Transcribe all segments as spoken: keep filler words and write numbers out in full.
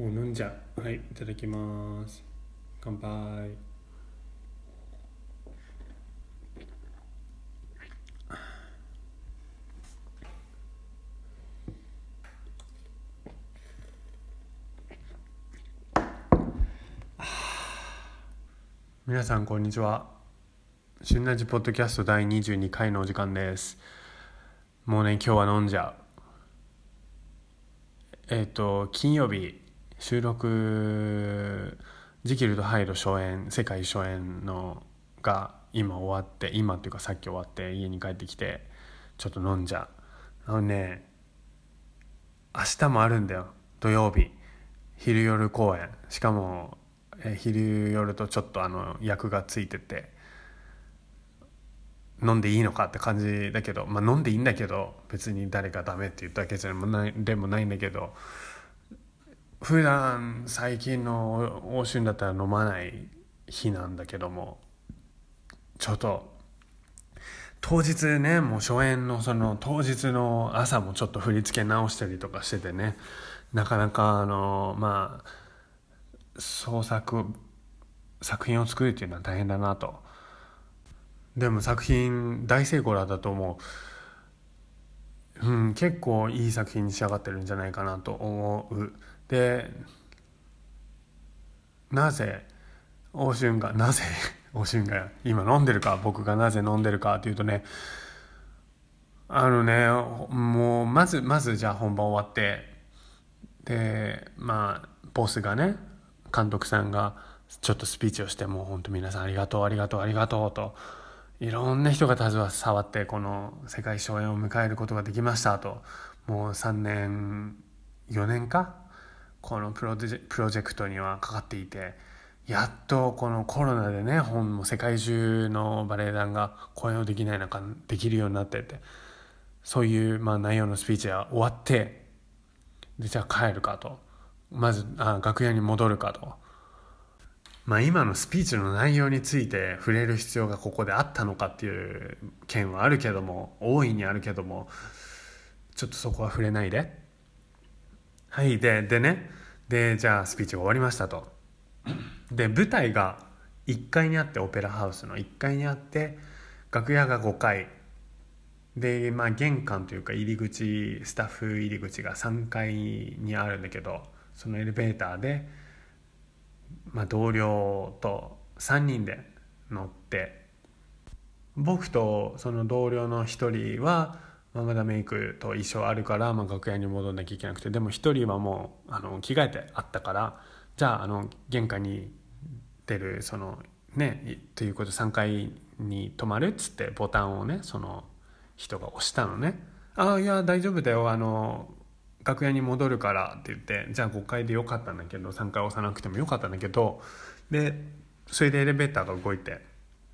もう飲んじゃう。はい、いただきます。乾杯。皆さんこんにちは。旬ラジポッドキャストだいにじゅうにかいのお時間です。もうね、今日は飲んじゃう。えっ、と金曜日収録、ジキルとハイロ初演、世界初演のが今終わって、今っていうかさっき終わって家に帰ってきてちょっと飲んじゃう。あのね、明日もあるんだよ、土曜日昼夜公演。しかもえ昼夜とちょっとあの役がついてて、飲んでいいのかって感じだけど、まあ飲んでいいんだけど、別に誰がダメって言ったわけじゃないでもないんだけど、普段最近の欧春だったら飲まない日なんだけども、ちょっと当日ね、もう初演のその当日の朝もちょっと振り付け直したりとかしててね、なかなかあのまあ創作作品を作るっていうのは大変だなと。でも作品大成功だったと思う。うん、結構いい作品に仕上がってるんじゃないかなと思う。で、なぜ欧春がなぜ欧春が今飲んでるか、僕がなぜ飲んでるかというとね、あのね、もうまずまずじゃあ本番終わって、でまあボスがね、監督さんがちょっとスピーチをして、もう本当皆さんありがとうありがとうありがとうと、いろんな人が携わってこの世界初演を迎えることができましたと、もうさんねんよねんかこのプロジェプロジェクトにはかかっていて、やっとこのコロナでね、本も世界中のバレエ団が公演をできない中できるようになってて、そういうまあ内容のスピーチが終わって、でじゃあ帰るかと、まずあ楽屋に戻るかと、まあ、今のスピーチの内容について触れる必要がここであったのかっていう件はあるけども、大いにあるけども、ちょっとそこは触れないで。はいででね、でじゃあスピーチが終わりましたと。で舞台がいっかいにあって、オペラハウスのいっかいにあって、楽屋がごかいで、まあ玄関というか入り口、スタッフ入り口がさんがいにあるんだけど、そのエレベーターで、まあ、同僚とさんにんで乗って、僕とその同僚のひとりは、まあ、まだメイクと衣装あるから、まあ、楽屋に戻んなきゃいけなくて、でもひとりはもうあの着替えてあったから、じゃあ、あの玄関に出るそのねということでさんがいに泊まるっつってボタンをね、その人が押したのね。ああ、いや大丈夫だよ、あの楽屋に戻るからって言って、じゃあごかいでよかったんだけど、さんかい押さなくてもよかったんだけど、でそれでエレベーターが動いて、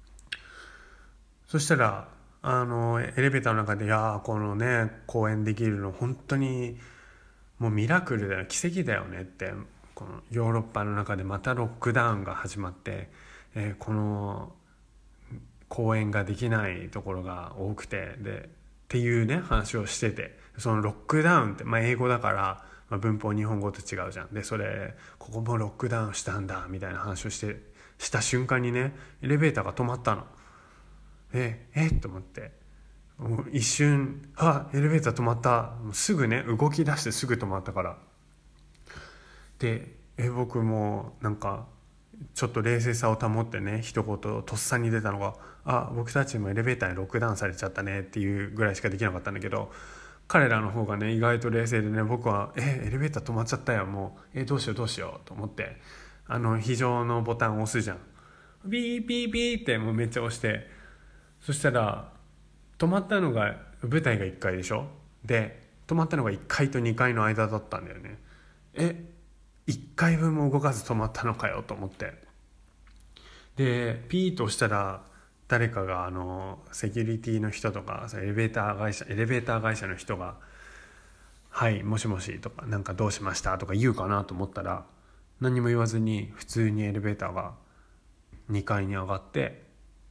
そしたらあのエレベーターの中で、いやこのね公演できるの本当にもうミラクルだよ、奇跡だよねって、このヨーロッパの中でまたロックダウンが始まって、えー、この公演ができないところが多くて、でっていうね話をしてて、そのロックダウンって、まあ、英語だから、まあ、文法日本語と違うじゃん。でそれここもロックダウンしたんだみたいな話をしてした瞬間にね、エレベーターが止まったの。ええっと思って、もう一瞬、あエレベーター止まった、もうすぐね動き出してすぐ止まったから。でえ僕もなんかちょっと冷静さを保ってね、一言とっさに出たのが、あ僕たちもエレベーターにロックダウンされちゃったねっていうぐらいしかできなかったんだけど、彼らの方がね意外と冷静でね、僕はえエレベーター止まっちゃったよ、もうえどうしようどうしようと思って、あの非常のボタンを押すじゃん。ビービービーってもうめっちゃ押して、そしたら止まったのが、舞台がいっかいでしょ、で止まったのがいっかいとにかいの間だったんだよね。えいっかいぶんも動かず止まったのかよと思って、でピーッと押したら誰かがあのセキュリティの人とかエレベーター会社エレベーター会社の人が「はいもしもし」とか「なんかどうしました」とか言うかなと思ったら、何も言わずに普通にエレベーターがにかいに上がって、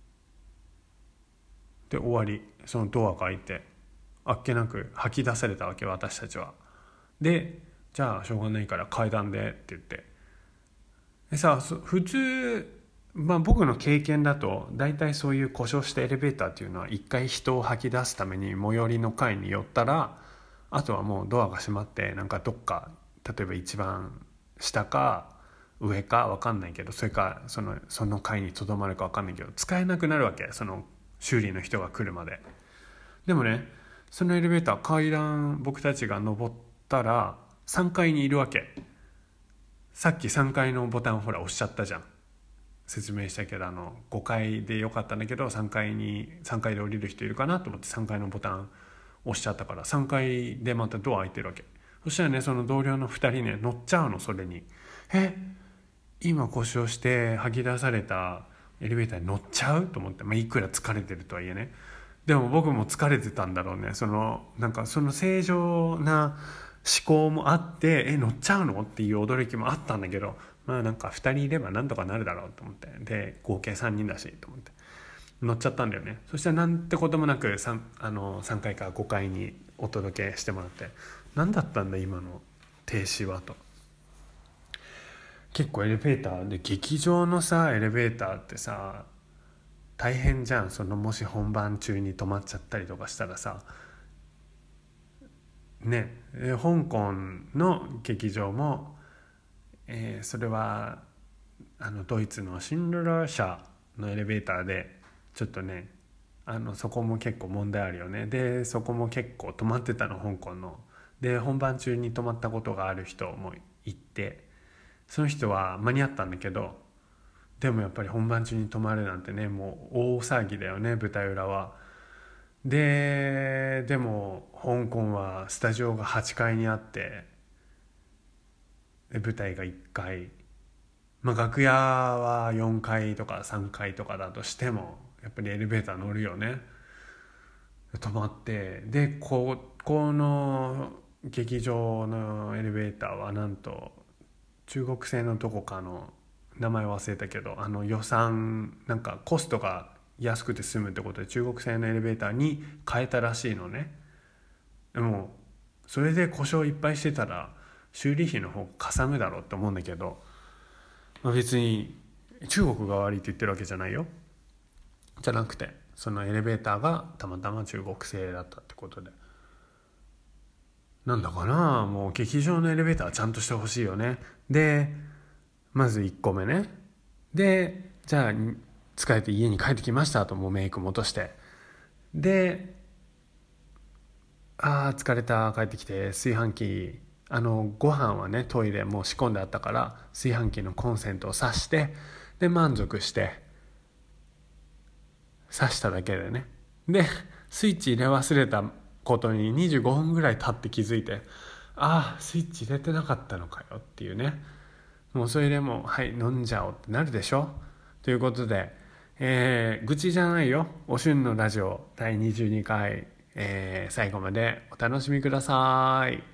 で終わり。そのドアが開いて、あっけなく吐き出されたわけ、私たちは。でじゃあしょうがないから階段でって言って、でさ、普通、まあ、僕の経験だと大体そういう故障したエレベーターっていうのは一回人を吐き出すために最寄りの階に寄ったら、あとはもうドアが閉まってなんかどっか例えば一番下か上か分かんないけど、それかそのその階にとどまるか分かんないけど使えなくなるわけ、その修理の人が来るまで。でもね、そのエレベーター階段僕たちが登ったらさんがいにいるわけ。さっきさんがいのボタンほら押しちゃったじゃん、説明したけど、あのごかいでよかったんだけどさんがいにさんがいで降りる人いるかなと思ってさんがいのボタン押しちゃったから、さんがいでまたドア開いてるわけ。そしたらね、その同僚のふたりね乗っちゃうの、それに。え今故障して吐き出されたエレベーターに乗っちゃうと思って、まあ、いくら疲れてるとはいえね。でも僕も疲れてたんだろうね。そのなんかその正常な思考もあって、え乗っちゃうのっていう驚きもあったんだけど、まあなんかふたりいればなんとかなるだろうと思って、で合計さんにんだしと思って乗っちゃったんだよね。そしたらなんてこともなく 3, あのさんかいからごかいにお届けしてもらって、何だったんだ今の停止はと。結構エレベーターで、劇場のさエレベーターってさ大変じゃん。そのもし本番中に止まっちゃったりとかしたらさね、香港の劇場も、えー、それはあのドイツのシンドラー社のエレベーターでちょっとね、あのそこも結構問題あるよね。でそこも結構止まってたの、香港の。で本番中に止まったことがある人もいて、その人は間に合ったんだけど、でもやっぱり本番中に止まるなんてね、もう大騒ぎだよね、舞台裏は。ででも香港はスタジオがはちかいにあって、で舞台がいっかい、まあ、楽屋はよんかいとかさんかいとかだとしてもやっぱりエレベーター乗るよね。止まって、でここの劇場のエレベーターはなんと中国製のどこかの名前忘れたけど、あの予算なんかコストが安くて済むってことで中国製のエレベーターに変えたらしいのね。でもそれで故障いっぱいしてたら修理費の方かさむだろうって思うんだけど、まあ、別に中国が悪いって言ってるわけじゃないよ。じゃなくてそのエレベーターがたまたま中国製だったってことで、なんだかな、もう劇場のエレベーターはちゃんとしてほしいよね。でまずいっこめね。でじゃあ疲れて家に帰ってきましたと、もうメイクも落として、であー疲れた、帰ってきて炊飯器、あのご飯はねトイレもう仕込んであったから炊飯器のコンセントを挿して、で満足して挿しただけでね、でスイッチ入れ忘れたことににじゅうごふんぐらい経って気づいて、ああスイッチ入れてなかったのかよっていうね。もうそれでもはい飲んじゃおうってなるでしょ。ということで、えー、愚痴じゃないよ、おしゅんのラジオだいにじゅうにかい、えー、最後までお楽しみください。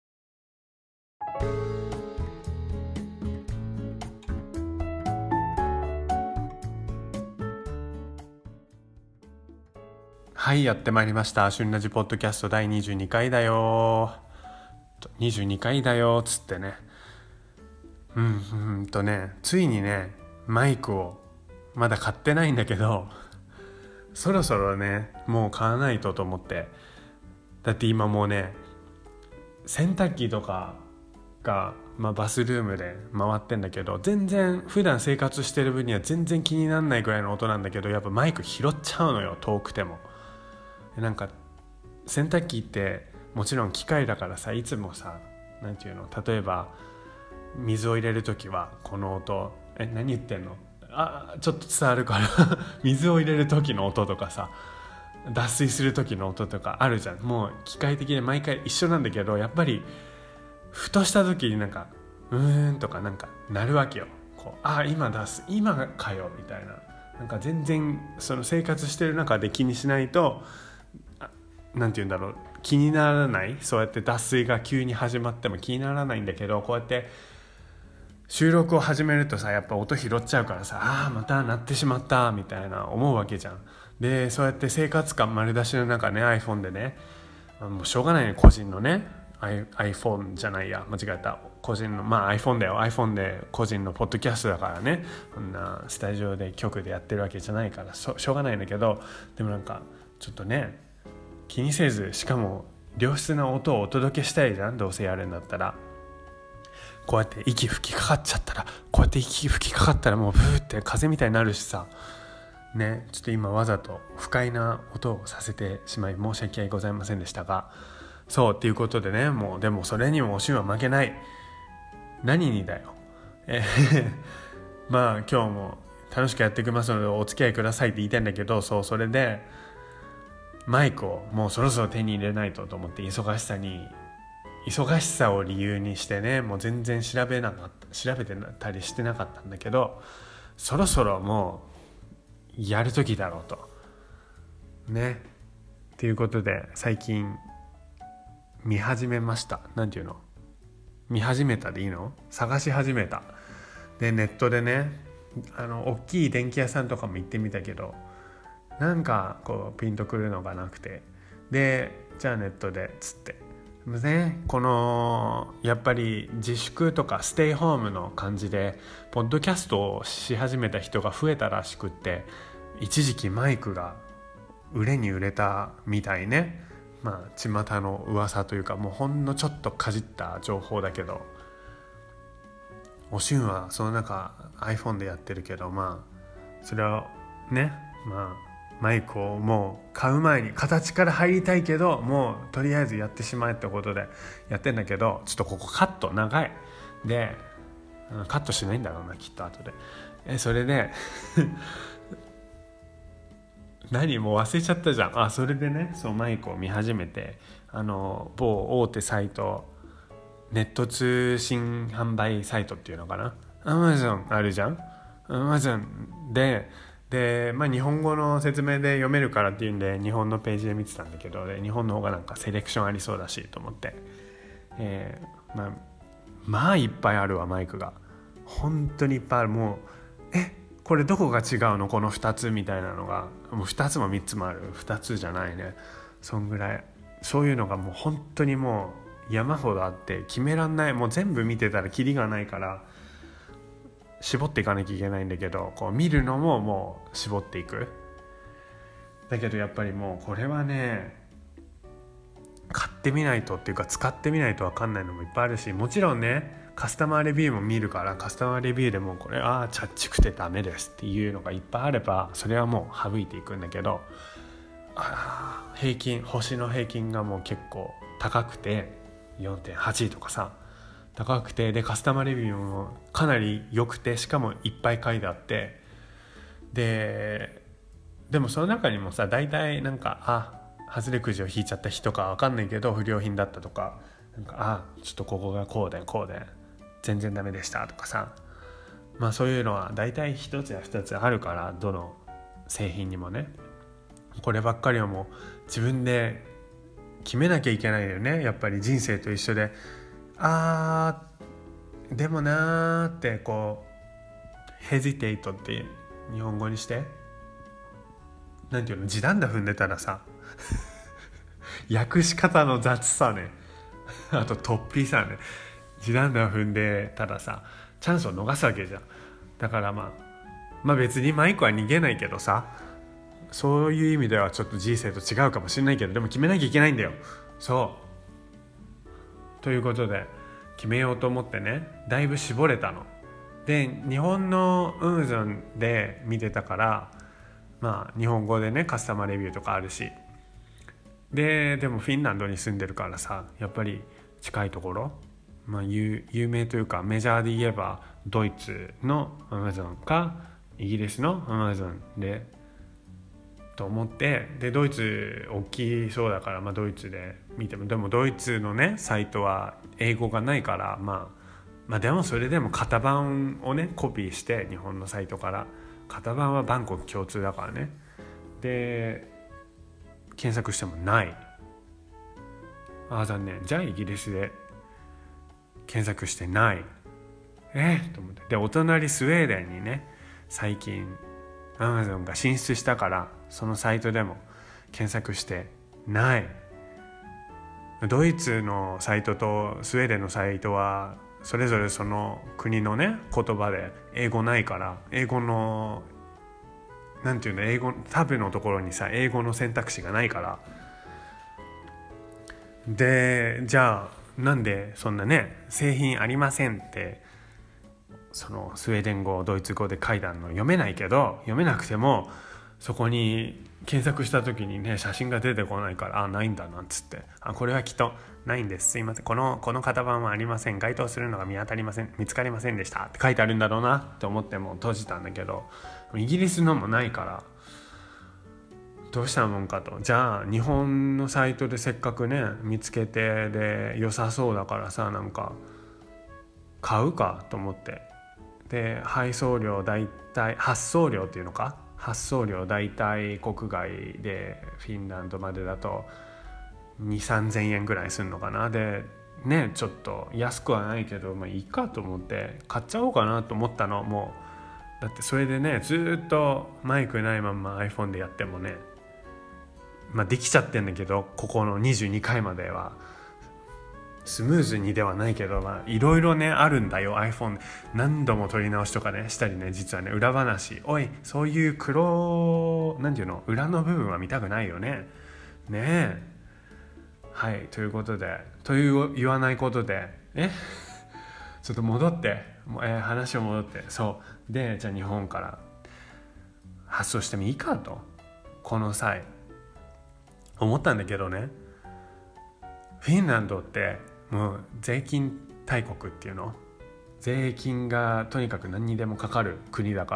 はい、やってまいりました。しゅんラジポッドキャストだいにじゅうにかいだよ。にじゅうにかいだよつってね。うんうんとね、ついにねマイクをまだ買ってないんだけど、そろそろねもう買わないとと思って。だって今もうね洗濯機とかが、まあ、バスルームで回ってんだけど、全然普段生活してる分には全然気にならないぐらいの音なんだけど、やっぱマイク拾っちゃうのよ、遠くても。なんか洗濯機ってもちろん機械だからさ、いつもさ、なんていうの、例えば水を入れるときはこの音、え何言ってんの、あちょっと伝わるから水を入れる時の音とかさ、脱水する時の音とかあるじゃん。もう機械的で毎回一緒なんだけど、やっぱりふとした時になんかうーんとかなんかなるわけよ。こうあ今出す今かよみたいな。なんか全然その生活してる中で気にしないと、なんていうんだろう、気にならない。そうやって脱水が急に始まっても気にならないんだけど、こうやって収録を始めるとさ、やっぱ音拾っちゃうからさ、あーまた鳴ってしまったみたいな思うわけじゃん。でそうやって生活感丸出しの中ね iPhone でね、もうしょうがないね、個人のね iPhone じゃないや間違えた個人のまあ iPhone だよ iPhone で個人のポッドキャストだからねこんなスタジオで局でやってるわけじゃないからしょうがないんだけどでもなんかちょっとね気にせずしかも良質な音をお届けしたいじゃんどうせやるんだったらこうやって息吹きかかっちゃったらこうやって息吹きかかったらもうブーって風みたいになるしさねちょっと今わざと不快な音をさせてしまい申し訳ございませんでしたがそうっていうことでねもうでもそれにもおしんは負けない何にだよえまあ今日も楽しくやっていきますのでお付き合いくださいって言いたいんだけどそうそれでマイクをもうそろそろ手に入れないとと思って忙しさに忙しさを理由にしてねもう全然調べなかった調べてたりしてなかったんだけどそろそろもうやる時だろうとねっていうことで最近見始めましたなんていうの見始めたでいいの探し始めたでネットでねあの大きい電気屋さんとかも行ってみたけどなんかこうピンとくるのがなくてでじゃあネットでつってねこのやっぱり自粛とかステイホームの感じでポッドキャストをし始めた人が増えたらしくって一時期マイクが売れに売れたみたいねまあ巷の噂というかもうほんのちょっとかじった情報だけどおしゅんはその中 iPhone でやってるけどまあそれはねまあマイクをもう買う前に形から入りたいけどもうとりあえずやってしまえってことでやってんだけどちょっとここカット長いでカットしないんだろうなきっと後でえそれで何もう忘れちゃったじゃんあそれでねそうマイクを見始めてあの某大手サイトネット通信販売サイトっていうのかな Amazon あるじゃん Amazon でで、まあ、日本語の説明で読めるからっていうんで日本のページで見てたんだけどで日本の方がなんかセレクションありそうだしと思って、えー、まあまあいっぱいあるわマイクが本当にいっぱいあるもうえこれどこが違うのこのふたつみたいなのがもうふたつもみっつもあるふたつじゃないねそんぐらいそういうのがもう本当にもう山ほどあって決めらんないもう全部見てたらキリがないから絞っていかなきゃいけないんだけどこう見るのももう絞っていくだけどやっぱりもうこれはね買ってみないとっていうか使ってみないと分かんないのもいっぱいあるしもちろんねカスタマーレビューも見るからカスタマーレビューでもこれああチャッチくてダメですっていうのがいっぱいあればそれはもう省いていくんだけどあ平均星の平均がもう結構高くて よんてんはち とかさ高くてでカスタマーレビューもかなり良くてしかもいっぱい書いてあってででもその中にもさ大体なんかあ外れくじを引いちゃった日とか分かんないけど不良品だったとかなんかあちょっとここがこうでこうで全然ダメでしたとかさまあそういうのは大体一つや二つあるからどの製品にもねこればっかりはもう自分で決めなきゃいけないよねやっぱり人生と一緒であーでもなーってこうヘジテイトって日本語にしてなんていうの地団打踏んでたらさ訳し方の雑さねあと突飛さね地団打踏んでたらさチャンスを逃すわけじゃんだからまあまあ別にマイクは逃げないけどさそういう意味ではちょっと人生と違うかもしれないけどでも決めなきゃいけないんだよそうということで決めようと思ってねだいぶ絞れたので日本の Amazon で見てたからまあ日本語でねカスタマーレビューとかあるしででもフィンランドに住んでるからさやっぱり近いところ、まあ、有, 有名というかメジャーで言えばドイツの Amazon かイギリスの Amazon でと思ってでドイツ大きそうだから、まあ、ドイツで見てもでもドイツのねサイトは英語がないから、まあ、まあでもそれでも型番をねコピーして日本のサイトから型番はバンコク共通だからねで検索してもないああ残念じゃあイギリスで検索してないえー、と思ってでお隣スウェーデンにね最近Amazon が進出したからそのサイトでも検索してないドイツのサイトとスウェーデンのサイトはそれぞれその国のね言葉で英語ないから、英語のなんていうの、英語タブのところにさ英語の選択肢がないから、でじゃあなんでそんなね製品ありませんってそのスウェーデン語ドイツ語で書いたの読めないけど、読めなくてもそこに検索した時にね写真が出てこないから、あないんだなっつって、あこれはきっとないんです、すいません、このこの型番はありません、該当するのが見当たりません、見つかりませんでしたって書いてあるんだろうなって思ってもう閉じたんだけど、イギリスのもないからどうしたもんかと。じゃあ日本のサイトでせっかくね見つけてで良さそうだからさ、なんか買うかと思って、で配送料だいたい発送料っていうのか、発送料だいたい国外でフィンランドまでだとにせんさんぜんえんぐらいするのかな。でねちょっと安くはないけどまあいいかと思って買っちゃおうかなと思ったの。もうだってそれでねずっとマイクないまんま iPhone でやってもね、まあできちゃってんだけど、ここのにじゅうにかいまではスムーズにではないけど、まあいろいろねあるんだよ iPhone 何度も撮り直しとかねしたりね、実はね裏話、おいそういう黒なんていうの裏の部分は見たくないよね。ねえはい、ということでという言わないことでえちょっと戻って、えー、話を戻って、そうでじゃあ日本から発送してもいいかとこの際思ったんだけどね、フィンランドってもう税金大国っていうの、税金がとにかく何にでもかかる国だから、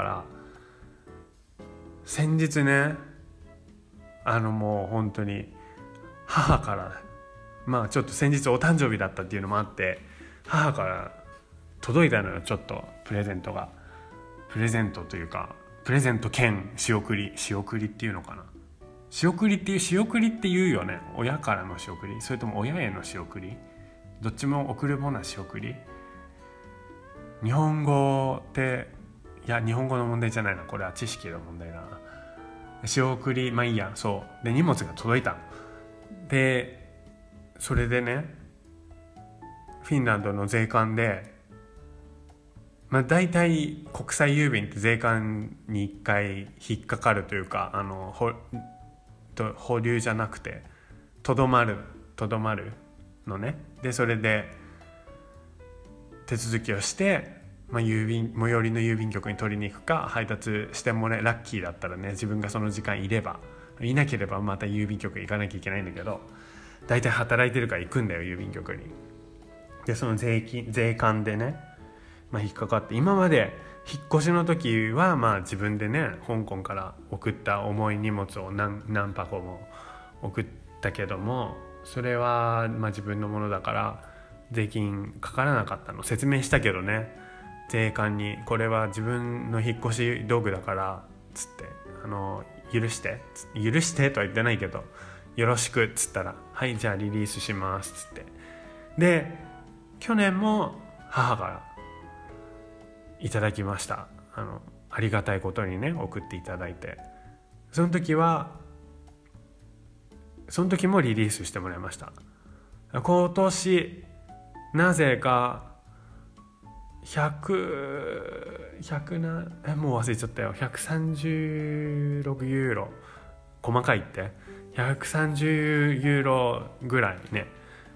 先日ねあのもう本当に母からまあちょっと先日お誕生日だったっていうのもあって母から届いたのよ、ちょっとプレゼントが。プレゼントというかプレゼント兼仕送り、仕送りっていうのかな、仕送りっていう仕送りって言うよね、親からの仕送り、それとも親への仕送り、どっちも送るものは仕送り。日本語っていや日本語の問題じゃないな、これは知識の問題だな。仕送りまあいいや、そうで荷物が届いたで、それでねフィンランドの税関でまあ大体国際郵便って税関にいっかい引っかかるというか、あのほと保留じゃなくてとどまるとどまるのね。でそれで手続きをして、まあ、郵便最寄りの郵便局に取りに行くか配達してもね、ラッキーだったらね自分がその時間いれば、いなければまた郵便局行かなきゃいけないんだけど、大体働いてるから行くんだよ郵便局に。でその税金税関でね、まあ、引っかかって、今まで引っ越しの時はまあ自分でね香港から送った重い荷物を 何, 何箱も送ったけども、それはまあ自分のものだから税金かからなかったの。説明したけどね税関に、これは自分の引っ越し道具だからつってあの許して許してとは言ってないけどよろしくっつったら、はいじゃあリリースしますっつって、で去年も母からいただきました。あのありがたいことにね送っていただいて、その時はその時もリリースしてもらいました。今年なぜかひゃく、ひゃくなえもう忘れちゃったよ、ひゃくさんじゅうろくユーロ、細かいってひゃくさんじゅうユーロぐらいね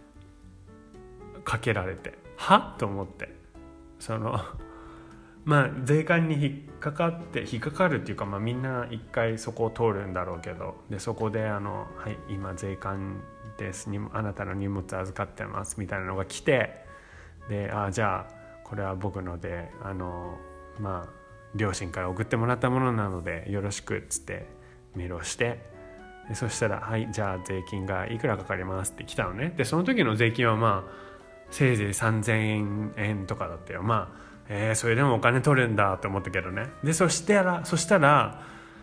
かけられて、はと思って、そのまあ税関に引っかかって引っかかるっていうか、まあみんな一回そこを通るんだろうけど、でそこであのはい今税関ですにあなたの荷物預かってますみたいなのが来て、であじゃあこれは僕のであのまあ両親から送ってもらったものなのでよろしくっつってメールをして、でそしたらはいじゃあ税金がいくらかかりますって来たのね。でその時の税金はまあせいぜいさんぜんえんとかだったよ。まあえー、それでもお金取るんだって思ったけどね。でそしたらそしたら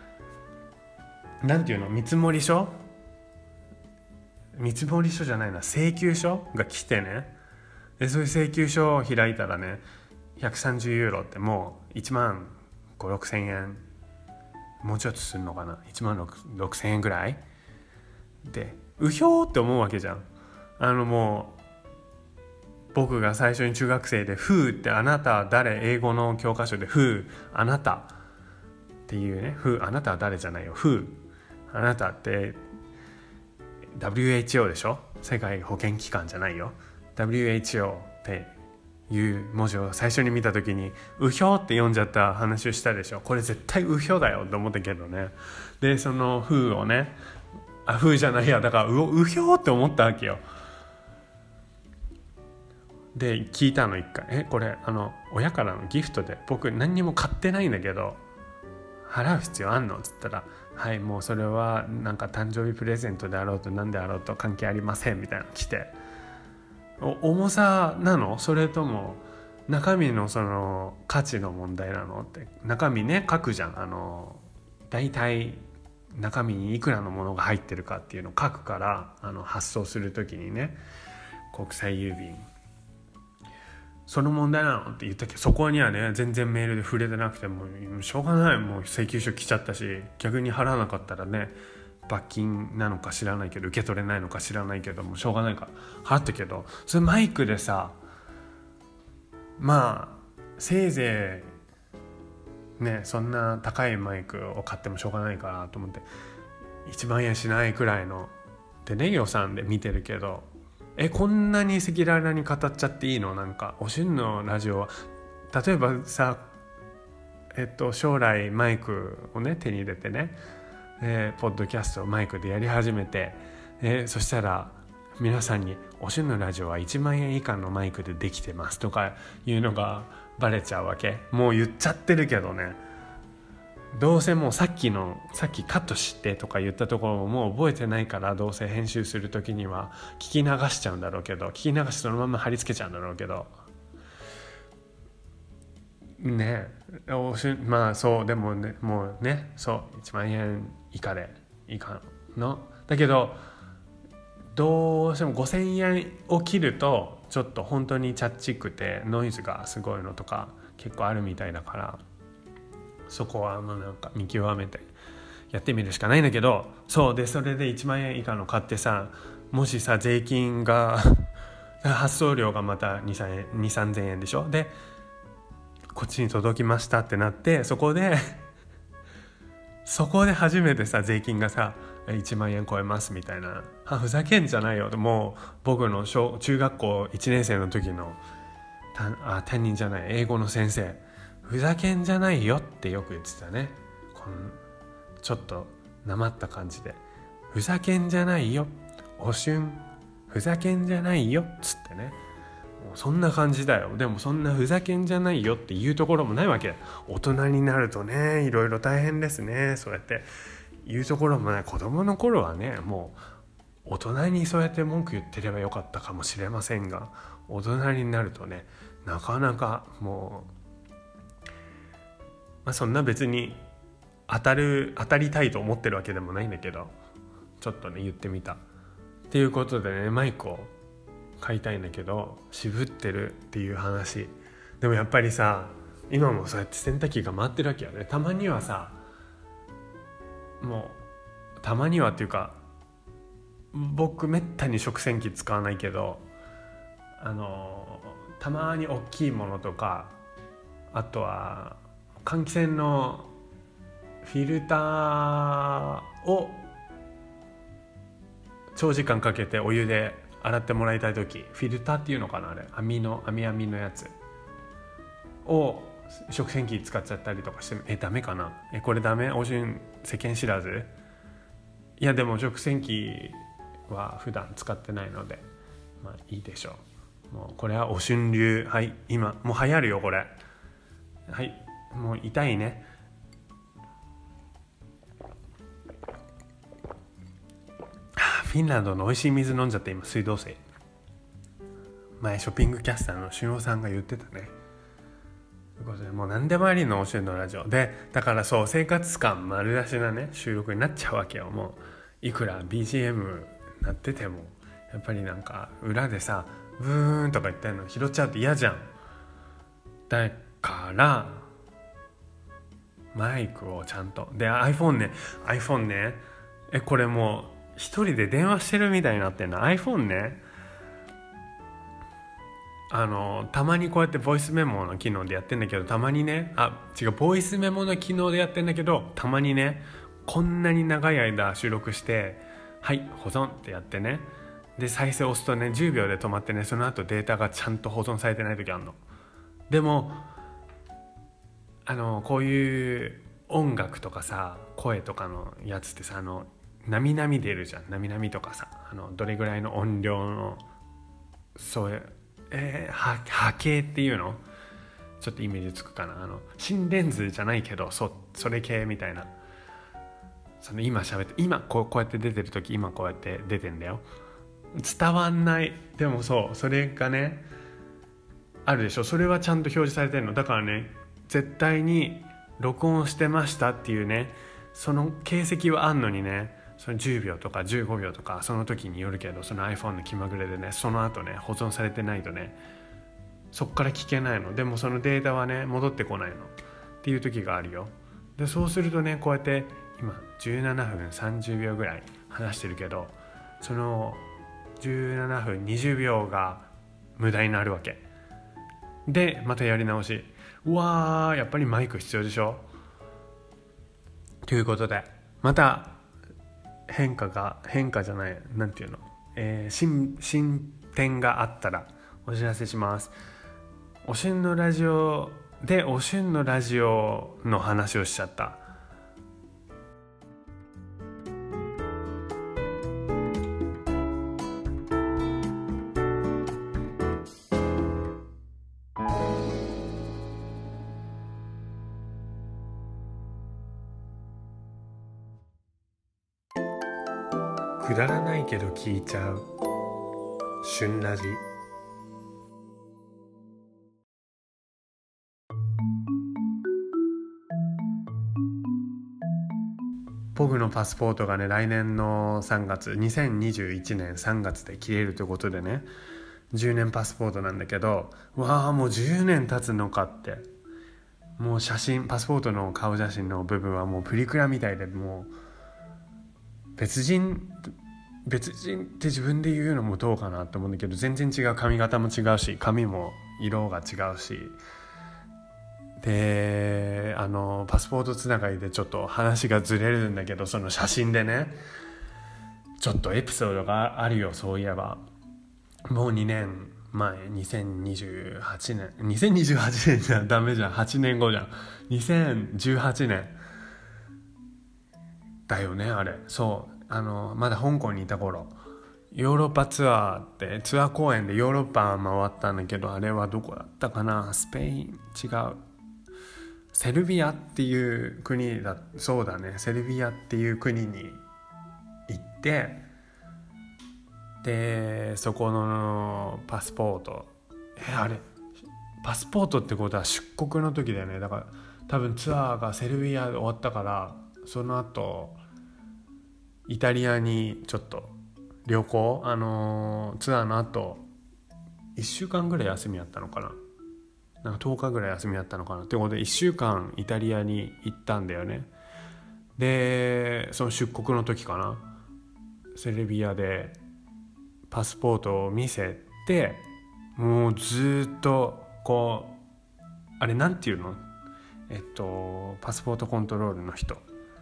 なんていうの、見積書見積書じゃないな請求書が来てね、でそういう請求書を開いたらねひゃくさんじゅうユーロってもういちまんご、ろくせんえん、もうちょっとするのかな、いちまんろくせんえんぐらいでうひょーって思うわけじゃん。 あのもう僕が最初に中学生で Who ってあなたは誰、英語の教科書で Who あなたっていうね、Who あなたは誰じゃないよ、 Who あなたって ダブリューエイチオー でしょ、世界保健機関じゃないよ。 ダブリューエイチオー っていう文字を最初に見た時にうひょーって読んじゃった話をしたでしょ。これ絶対うひょだよって思ったけどね。でその風をね、あ風じゃないや、だから う, うひょーって思ったわけよ。で聞いたの一回、えこれあの親からのギフトで僕何にも買ってないんだけど払う必要あんのっつったら、はい、もうそれはなんか誕生日プレゼントであろうと何であろうと関係ありませんみたいなの来て、お重さなの、それとも中身のその価値の問題なのって。中身ね書くじゃん、あの大体中身にいくらのものが入ってるかっていうのを書くから、あの発送するときにね、国際郵便その問題なのって言ったけど、そこにはね全然メールで触れてなくて、もうしょうがない、もう請求書来ちゃったし、逆に払わなかったらね罰金なのか知らないけど受け取れないのか知らないけどもうしょうがないから払ったけど、それマイクでさ、まあせいぜいねそんな高いマイクを買ってもしょうがないかなと思っていちまんえんしないくらいのでね予算で見てるけど、えこんなに赤裸々に語っちゃっていいの？なんかおしゅんのラジオは例えばさ、えっと将来マイクをね手に入れてね、えー、ポッドキャストをマイクでやり始めて、えー、そしたら皆さんにおしゅんのラジオはいちまんえん以下のマイクでできてますとかいうのがバレちゃうわけ。もう言っちゃってるけどね、どうせもうさっきのさっきカットしてとか言ったところももう覚えてないから、どうせ編集する時には聞き流しちゃうんだろうけど、聞き流してそのまま貼り付けちゃうんだろうけどねえ、おしまあそうでもね、もうねそういちまんえん以下でいいかのだけど、どうしてもごせんえんを切るとちょっと本当にチャッチくてノイズがすごいのとか結構あるみたいだから、そこはもうなんか見極めてやってみるしかないんだけど、そうでそれでいちまんえん以下の買ってさ、もしさ税金が発送料がまたにせんえんにせんさんぜんえんでしょ、でこっちに届きましたってなって、そこでそこで初めてさ税金がさいちまんえん超えますみたいな、あふざけんじゃないよ。もう僕の小中学校いちねん生の時のあ担任じゃない英語の先生、ふざけんじゃないよってよく言ってたね。このちょっとなまった感じで、ふざけんじゃないよおしゅん、ふざけんじゃないよっつってね、もうそんな感じだよ。でもそんなふざけんじゃないよっていうところもないわけ。大人になるとねいろいろ大変ですね、そうやって言うところもね。子供の頃はねもう大人にそうやって文句言ってればよかったかもしれませんが、大人になるとねなかなかもう、まあ、そんな別に当たる当たりたいと思ってるわけでもないんだけど、ちょっとね言ってみたっていうことでね、マイクを買いたいんだけど渋ってるっていう話。でもやっぱりさ今もそうやって洗濯機が回ってるわけよね。たまにはさ、もうたまにはっていうか僕めったに食洗機使わないけど、あのたまに大きいものとか、あとは換気扇のフィルターを長時間かけてお湯で洗ってもらいたいとき、フィルターっていうのかな、あれ網の網網のやつを食洗機使っちゃったりとかして、えダメかな、えこれダメ、おしゅん世間知らず。いやでも食洗機は普段使ってないのでまあいいでしょう。もうこれはおしゅん流、はい今もう流行るよこれ、はいもう痛いね。フィンランドの美味しい水飲んじゃって今水道水。前ショッピングキャスターの俊郎さんが言ってたね。ということでもう何でもありのおしゅんのラジオで、だからそう生活感丸出しなね収録になっちゃうわけよ。もういくら ビージーエム なっててもやっぱりなんか裏でさブーンとか言ってんの拾っちゃうと嫌じゃん。だからマイクをちゃんとで iPhone ね iPhone ねえこれもう一人で電話してるみたいになってんの iPhone ね。 あのたまにこうやってボイスメモの機能でやってんだけど、たまにね、あ違うボイスメモの機能でやってんだけど、たまにねこんなに長い間収録してはい保存ってやってね、で再生押すとねじゅうびょうで止まってね、その後データがちゃんと保存されてない時あるの。でもあのこういう音楽とかさ声とかのやつってさ、あのなみなみ出るじゃん。なみなみとかさ、あのどれぐらいの音量のそういう、えー、波波形っていうのちょっとイメージつくかな。あの心電図じゃないけど そ, それ系みたいな。その今喋って今こうこうやって出てる時、今こうやって出てんだよ、伝わんない。でもそうそれがねあるでしょ。それはちゃんと表示されてるのだからね、絶対に録音してましたっていうね、その形跡はあんのにね、そのじゅうびょうとかじゅうごびょうとかその時によるけど、その iPhone の気まぐれでねその後ね保存されてないとねそっから聞けないの。でもそのデータはね戻ってこないのっていう時があるよ。でそうするとねこうやって今じゅうななふんさんじゅうびょうぐらい話してるけど、そのじゅうななふんにじゅうびょうが無駄になるわけで、またやり直し。うわーやっぱりマイク必要でしょ。ということでまた変化が変化じゃないなんていうの、えー、新進展があったらお知らせします。おしゅんのラジオでおしゅんのラジオの話をしちゃった。くだらないけど聞いちゃう旬ラジ。僕のパスポートがね来年のさんがつにせんにじゅういちねんさんがつで切れるということでね、じゅうねんパスポートなんだけど、わあもうじゅうねん経つのかって。もう写真パスポートの顔写真の部分はもうプリクラみたいで、もう別人別人って自分で言うのもどうかなと思うんだけど、全然違う。髪型も違うし髪も色が違うしで、あのパスポートつながりでちょっと話がずれるんだけど、その写真でねちょっとエピソードがあるよ。そういえばもうにねんまえにせんにじゅうはちねんにせんにじゅうはちねんじゃダメじゃん、はちねんごじゃん。にせんじゅうはちねんだよねあれ。そうあのまだ香港にいた頃、ヨーロッパツアーってツアー公演でヨーロッパ回ったんだけど、あれはどこだったかな、スペイン違うセルビアっていう国だそうだね、セルビアっていう国に行って、でそこのパスポートえあれパスポートってことは出国の時だよね。だから多分ツアーがセルビアで終わったから、その後イタリアにちょっと旅行、あのー、ツアーの後いっしゅうかんぐらい休みあったのかな、なんかとおかぐらい休みあったのかなってことでいっしゅうかんイタリアに行ったんだよね。でその出国の時かな、セルビアでパスポートを見せて、もうずっとこうあれなんていうの、えっとパスポートコントロールの人、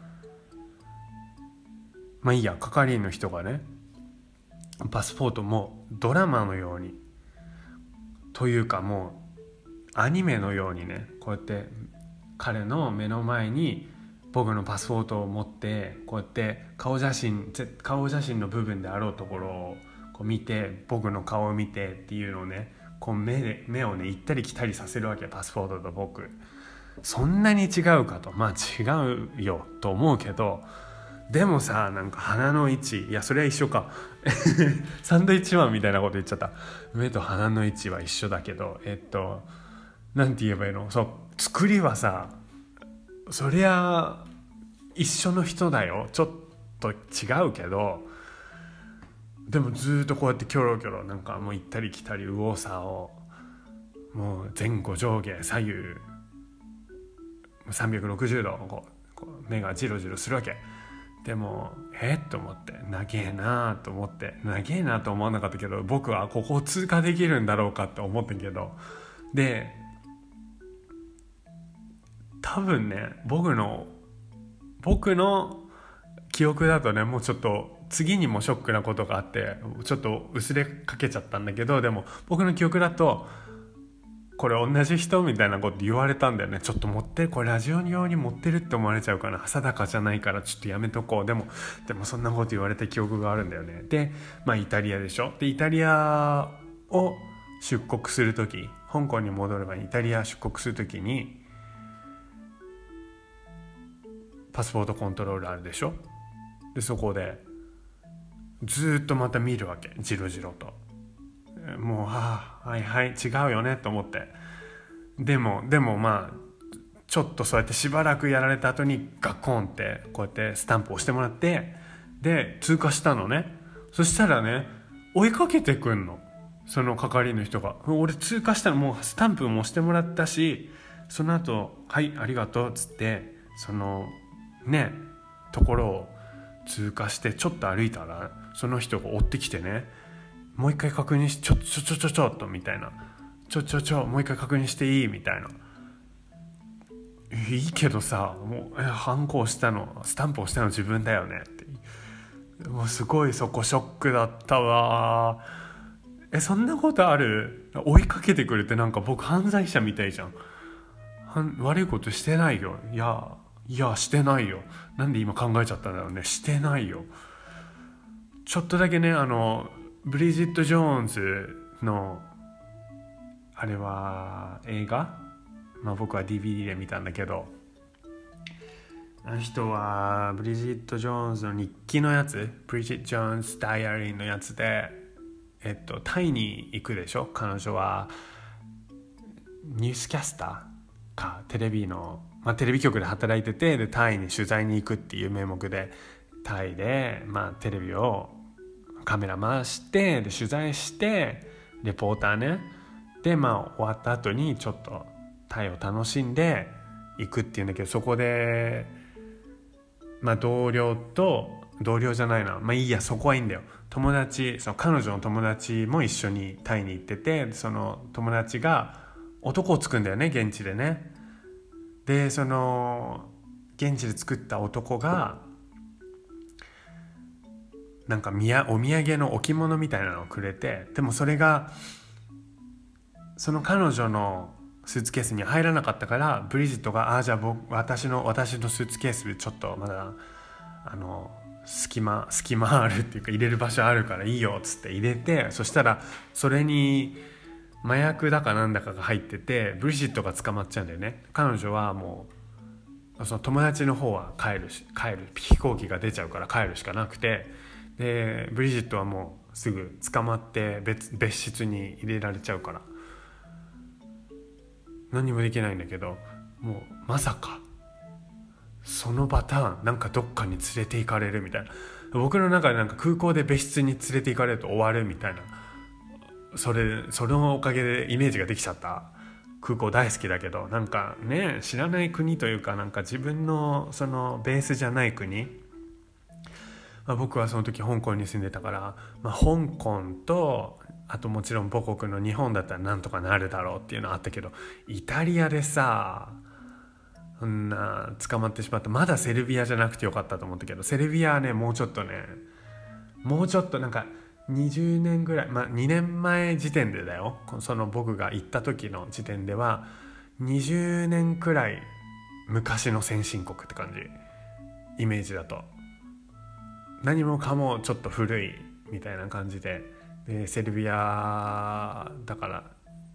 まあいいや、係員の人がねパスポートもドラマのようにというかもうアニメのようにね、こうやって彼の目の前に僕のパスポートを持って、こうやって顔写真顔写真の部分であろうところをこう見て、僕の顔を見てっていうのをね、こう 目, で目をね行ったり来たりさせるわけ。パスポートと僕そんなに違うかと、まあ違うよと思うけど、でもさ、なんか鼻の位置、いやそれは一緒かサンドイッチマンみたいなこと言っちゃった。目と鼻の位置は一緒だけど、えっとなんて言えばいいの、そう作りはさそりゃ一緒の人だよ、ちょっと違うけど、でもずっとこうやってキョロキョロなんかもう行ったり来たり右往左往、もう前後上下左右さんびゃくろくじゅうどこうこう目がジロジロするわけ。 でもえっと思って長えなと思って長えなと思わなかったけど、僕はここを通過できるんだろうかって思ったけど、で多分ね僕の僕の記憶だとね、もうちょっと次にもショックなことがあってちょっと薄れかけちゃったんだけど、でも僕の記憶だとこれ同じ人みたいなこと言われたんだよね。ちょっと持ってこれラジオ用に持ってるって思われちゃうから定かじゃないからちょっとやめとこう。でもでもそんなこと言われた記憶があるんだよね。でまあイタリアでしょ。でイタリアを出国するとき、香港に戻ればイタリア出国するときにパスポートコントロールあるでしょ。でそこでずっとまた見るわけ、じろじろと。もうはあはいはい違うよねと思って、でもでもまあちょっとそうやってしばらくやられた後にガコンってこうやってスタンプを押してもらって、で通過したのね。そしたらね追いかけてくんの、その係の人が。俺通過したの、もうスタンプも押してもらったし、その後はいありがとうっつってそのねところを通過してちょっと歩いたら、その人が追ってきてね、もう一回確認しちょちょちょちょちょっとみたいな、ちょちょちょもう一回確認していいみたいな。いいけどさ、もうえハンコ押したのスタンプ押したの自分だよねって、もうすごいそこショックだったわ。えそんなことある？追いかけてくるってなんか僕犯罪者みたいじゃん。は悪いことしてないよ。いやいやしてないよ。なんで今考えちゃったんだろうね。してないよ。ちょっとだけね、あのブリジット・ジョーンズのあれは映画、まあ僕は ディーブイディー で見たんだけど、あの人はブリジット・ジョーンズの日記のやつ、ブリジット・ジョーンズ・ダイアリーのやつで、えっとタイに行くでしょ。彼女はニュースキャスターかテレビの、まあ、テレビ局で働いてて、でタイに取材に行くっていう名目でタイで、まあ、テレビをカメラ回してで取材してレポーターねで、まあ終わった後にちょっとタイを楽しんで行くっていうんだけど、そこでまあ同僚と同僚じゃないなまあいいやそこはいいんだよ。友達、その彼女の友達も一緒にタイに行ってて、その友達が男をつくんだよね、現地でね。でその現地で作った男がなんかみやお土産の置物みたいなのをくれて、でもそれがその彼女のスーツケースに入らなかったから、ブリジットがあじゃあ僕私の私のスーツケースちょっとまだあの隙間隙間あるっていうか入れる場所あるからいいよっつって入れて、そしたらそれに麻薬だかなんだかが入っててブリジットが捕まっちゃうんだよね。彼女はもうその友達の方は帰るし帰る飛行機が出ちゃうから帰るしかなくて、でブリジットはもうすぐ捕まって別別室に入れられちゃうから何もできないんだけど、もうまさかそのパターンなんかどっかに連れて行かれるみたいな、僕の中でなんか空港で別室に連れて行かれると終わるみたいな、それそのおかげでイメージができちゃった。空港大好きだけどなんかね知らない国というかなんか自分のそのベースじゃない国、まあ、僕はその時香港に住んでたから、まあ、香港とあともちろん母国の日本だったらなんとかなるだろうっていうのはあったけど、イタリアでさそんな捕まってしまった。まだセルビアじゃなくてよかったと思ったけど、セルビアはねもうちょっとねもうちょっとなんかにじゅうねんぐらい、まあにねんまえ時点でだよ、その僕が行った時の時点ではにじゅうねんくらい昔の先進国って感じ、イメージだと何もかもちょっと古いみたいな感じで、でセルビアだから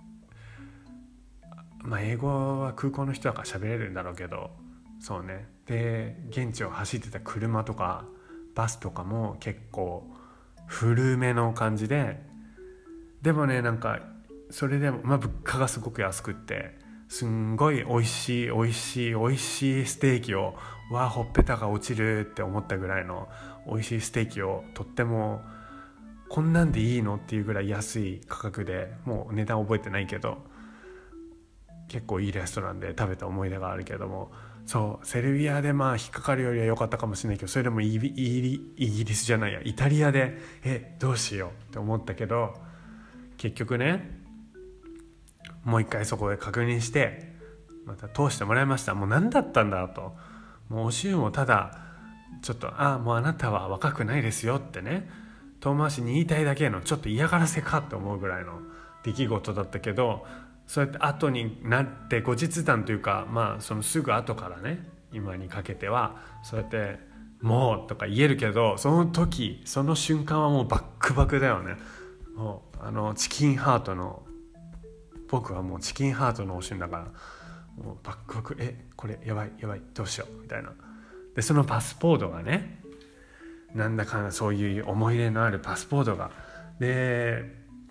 まあ英語は空港の人だから喋れるんだろうけど、そうね。で現地を走ってた車とかバスとかも結構古めの感じで、でもねなんかそれでも、まあ、物価がすごく安くってすんごい美味しい美味しい美味しいステーキをわあほっぺたが落ちるって思ったぐらいの美味しいステーキをとってもこんなんでいいのっていうぐらい安い価格で、もう値段覚えてないけど結構いいレストランで食べた思い出があるけども、 そうセルビアでまあ引っかかるよりは良かったかもしれないけど、それでもイギイイギリスじゃないやイタリアでえどうしようって思ったけど、結局ねもう一回そこで確認してまた通してもらいました。もう何だったんだと、もうおしゅうもただちょっとああもうあなたは若くないですよってね遠回しに言いたいだけのちょっと嫌がらせかって思うぐらいの出来事だったけど、そうやって後になって後日談というか、まあそのすぐ後からね今にかけてはそうやってもうとか言えるけど、その時その瞬間はもうバックバクだよね。もうあのチキンハートの僕はもうチキンハートのおしゅんだからもうバックバクえこれやばいやばいどうしようみたいな。でそのパスポートがねなんだかんだそういう思い入れのあるパスポートがで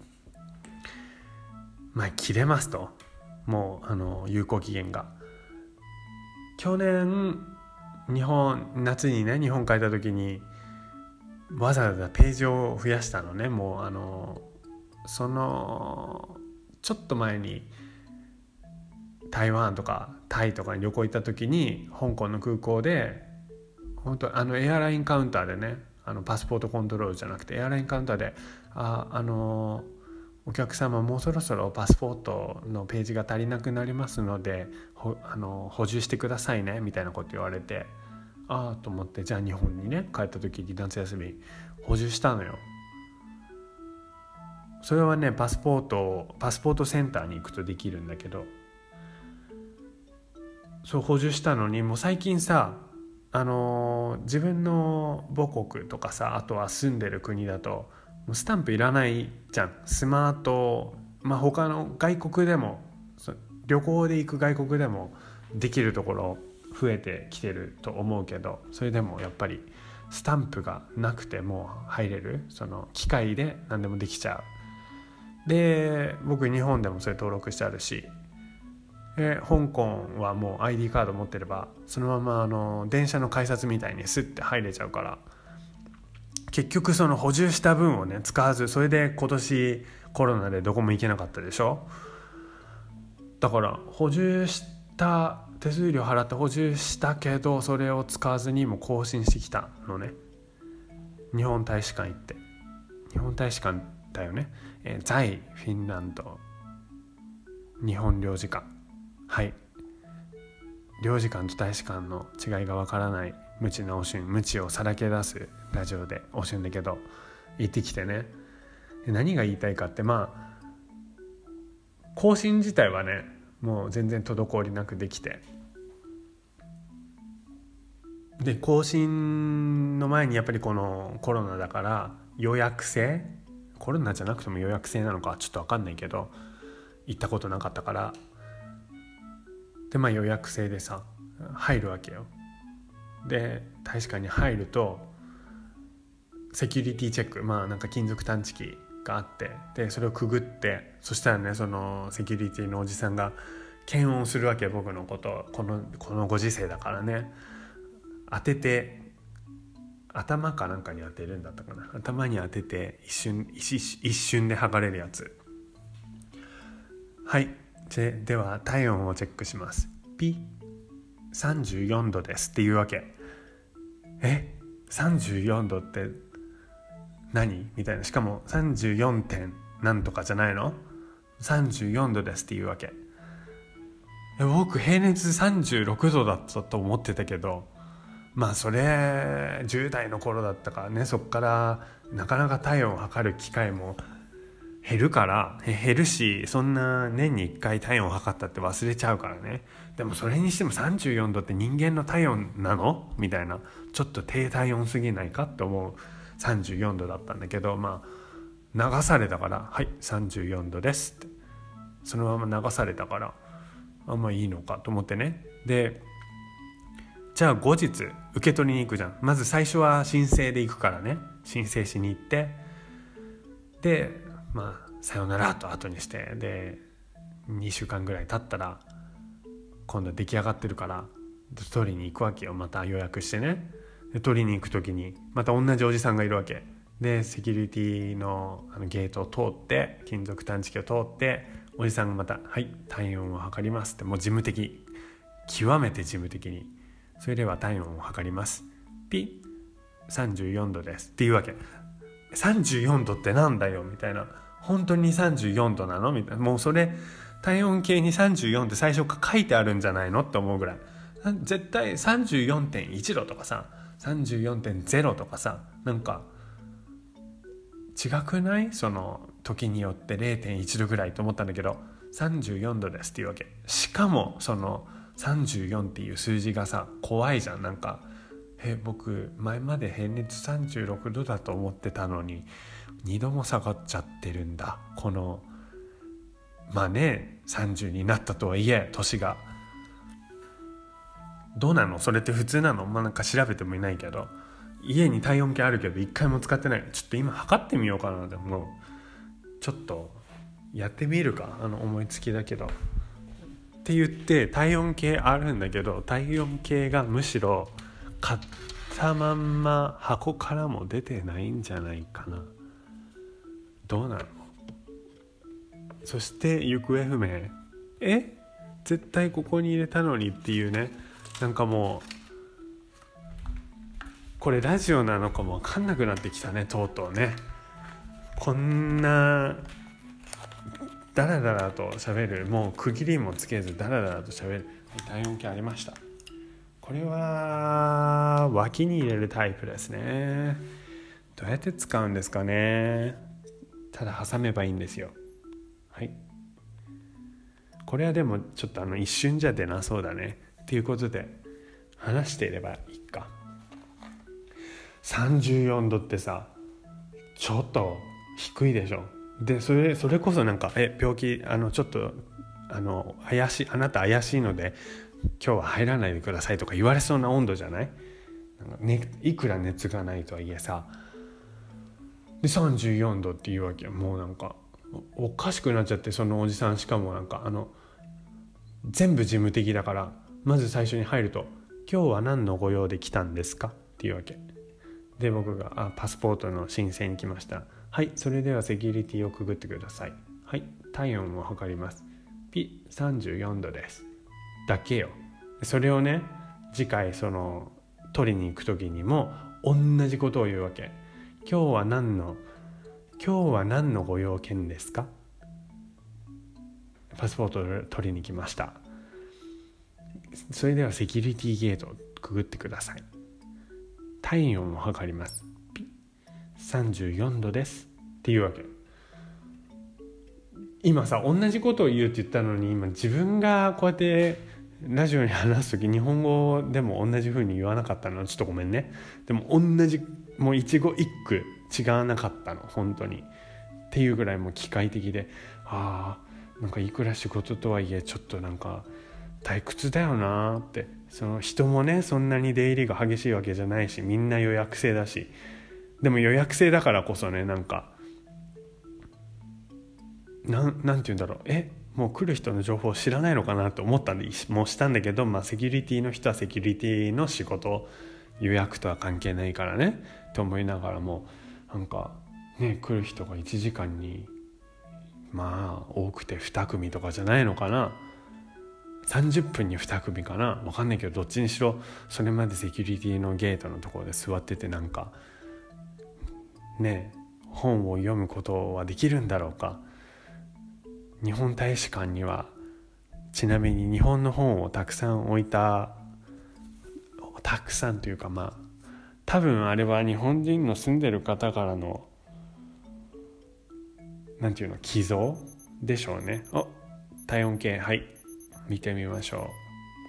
まあ切れますと、もうあの有効期限が去年日本夏にね日本帰った時にわざわざページを増やしたのね。もうあのそのちょっと前に台湾とかタイとかに旅行行った時に香港の空港で本当あのエアラインカウンターでねあのパスポートコントロールじゃなくてエアラインカウンターでああのお客様もうそろそろパスポートのページが足りなくなりますのでほあの補充してくださいねみたいなこと言われて、ああと思ってじゃあ日本にね帰った時に夏休み補充したのよ。それはねパスポートパスポートセンターに行くとできるんだけど、そう補充したのにもう最近さあのー、自分の母国とかさあとは住んでる国だともうスタンプいらないじゃん。スマートまあ他の外国でも旅行で行く外国でもできるところ増えてきてると思うけど、それでもやっぱりスタンプがなくても入れるその機械で何でもできちゃう。で僕日本でもそれ登録してあるし、で香港はもう アイディー カード持ってればそのままあの電車の改札みたいにスッて入れちゃうから、結局その補充した分をね使わず、それで今年コロナでどこも行けなかったでしょ。だから補充した手数料払って補充したけどそれを使わずにも更新してきたのね。日本大使館行って日本大使館だよね、えー、在フィンランド日本領事館、はい領事館と大使館の違いがわからない無知なおしゅん、無知をさらけ出すラジオでおしゅんだけど行ってきてね、何が言いたいかってまあ更新自体はねもう全然滞りなくできて、で更新の前にやっぱりこのコロナだから予約制、コロナじゃなくても予約制なのかちょっと分かんないけど行ったことなかったからでまあ予約制でさ入るわけよ。で大使館に入るとセキュリティチェック、まあなんか金属探知機があって、でそれをくぐって、そしたらねそのセキュリティのおじさんが検温するわけよ、僕のこと。このこのご時世だからね当てて頭かなんかに当てるんだったかな、頭に当てて一瞬一一瞬で測れるやつ。はいででは体温をチェックします。ピさんじゅうよんどですっていうわけ。えさんじゅうよんどって何みたいな。しかもさんじゅうよんてんなんとかじゃないの、さんじゅうよんどですっていうわけ。僕平熱さんじゅうろくどだったと思ってたけど、まあそれじゅう代の頃だったからね、そっからなかなか体温を測る機会も減るから減るし、そんな年にいっかい体温を測ったって忘れちゃうからね。でもそれにしてもさんじゅうよんどって人間の体温なのみたいな、ちょっと低体温すぎないかって思うさんじゅうよんどだったんだけど、まあ流されたからはいさんじゅうよんどですってそのまま流されたから、あんまいいのかと思ってね。でじゃあ後日受け取りに行くじゃん。まず最初は申請で行くからね、申請しに行って、でまあさよならと後にして、でにしゅうかんぐらい経ったら今度出来上がってるから取りに行くわけよ。また予約してね。で取りに行く時にまた同じおじさんがいるわけで、セキュリティのあのゲートを通って金属探知機を通っておじさんがまたはい体温を測りますって、もう事務的極めて事務的に。それでは体温を測ります。ピッさんじゅうよんどですっていうわけ。さんじゅうよんどってなんだよみたいな、本当にさんじゅうよんどなのみたいな、もうそれ体温計にさんじゅうよんって最初から書いてあるんじゃないのって思うぐらい、絶対 さんじゅうよんてんいち 度とかさ さんじゅうよんてんゼロ とかさ、なんか違くない？その時によって れいてんいち 度ぐらいと思ったんだけど、さんじゅうよんどですっていうわけ。しかもそのさんじゅうよんっていう数字がさ怖いじゃん。なんかえ僕前まで平熱さんじゅうろくどだと思ってたのににども下がっちゃってるんだ。このまあねさんじゅうになったとはいえ年がどうなのそれって普通なの？まあなんか調べてもいないけど、家に体温計あるけど一回も使ってない。ちょっと今測ってみようかな。でもちょっとやってみるか、あの思いつきだけどって言って体温計あるんだけど、体温計がむしろ買ったまんま箱からも出てないんじゃないかな。どうなの？そして行方不明。え絶対ここに入れたのにっていうね。なんかもうこれラジオなのかも分かんなくなってきたね。とうとうねこんなダラダラと喋る、もう区切りもつけずダラダラと喋る体温計ありました。これは脇に入れるタイプですね。どうやって使うんですかね。ただ挟めばいいんですよ。はい、これはでもちょっとあの一瞬じゃ出なそうだねっていうことで話していればいいか。さんじゅうよんどってさちょっと低いでしょ。でそれそれこそなんかえ病気あのちょっとあの怪しいあなた怪しいので今日は入らないでくださいとか言われそうな温度じゃない？なんか、ね、いくら熱がないとはいえさでさんじゅうよんどっていうわけ。もうなんかおかしくなっちゃって、そのおじさんしかもなんかあの全部事務的だから、まず最初に入ると今日は何のご用で来たんですかっていうわけで、僕があパスポートの申請に来ました。はい、それではセキュリティをくぐってください。はい、体温を測ります。ピさんじゅうよんどですだけよ。それをね次回その取りに行く時にも同じことを言うわけ。今日は何の今日は何のご用件ですか？パスポートを取りに来ました。それではセキュリティゲートをくぐってください。体温を測ります。さんじゅうよんどですっていうわけ。今さ同じことを言うって言ったのに、今自分がこうやってラジオに話す時日本語でも同じ風に言わなかったのちょっとごめんね。でも同じもう一語一句違わなかったの本当にっていうぐらいもう機械的で、ああなんかいくら仕事とはいえちょっとなんか退屈だよなって。その人もねそんなに出入りが激しいわけじゃないし、みんな予約制だし、でも予約制だからこそねなんかなんなんて言うんだろう、えもう来る人の情報を知らないのかなと思ったんでもうしたんだけど、まあセキュリティの人はセキュリティの仕事、予約とは関係ないからねと思いながらも、なんかね来る人がいちじかんにまあ多くてに組とかじゃないのかな、さんじゅっぷんにに組かな、分かんないけどどっちにしろそれまでセキュリティのゲートのところで座ってて、なんかね本を読むことはできるんだろうか。日本大使館にはちなみに日本の本をたくさん置いた、たくさんというかまあ多分あれは日本人の住んでる方からのなんていうの寄贈でしょうね。お体温計はい見てみましょ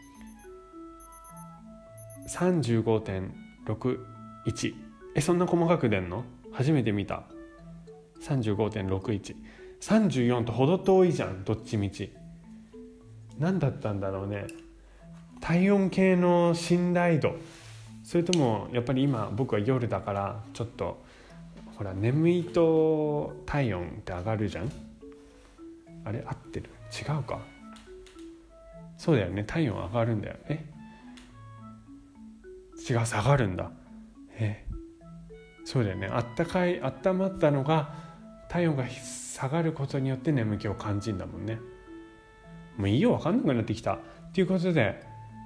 う。 さんじゅうごてんろくいち。 えそんな細かく出んの？初めて見た。 さんじゅうごてんろくいち、さんじゅうよんと程遠いじゃんどっちみち。何だったんだろうね、体温計の信頼度、それともやっぱり今僕は夜だからちょっとほら眠いと体温って上がるじゃん。あれ合ってる？違うか。そうだよね、体温上がるんだよ。え違う、下がるんだ。えそうだよね、あったかい温まったのが体温が下がることによって眠気を感じるんだもんね。もういいよ分かんなくなってきたっていうことで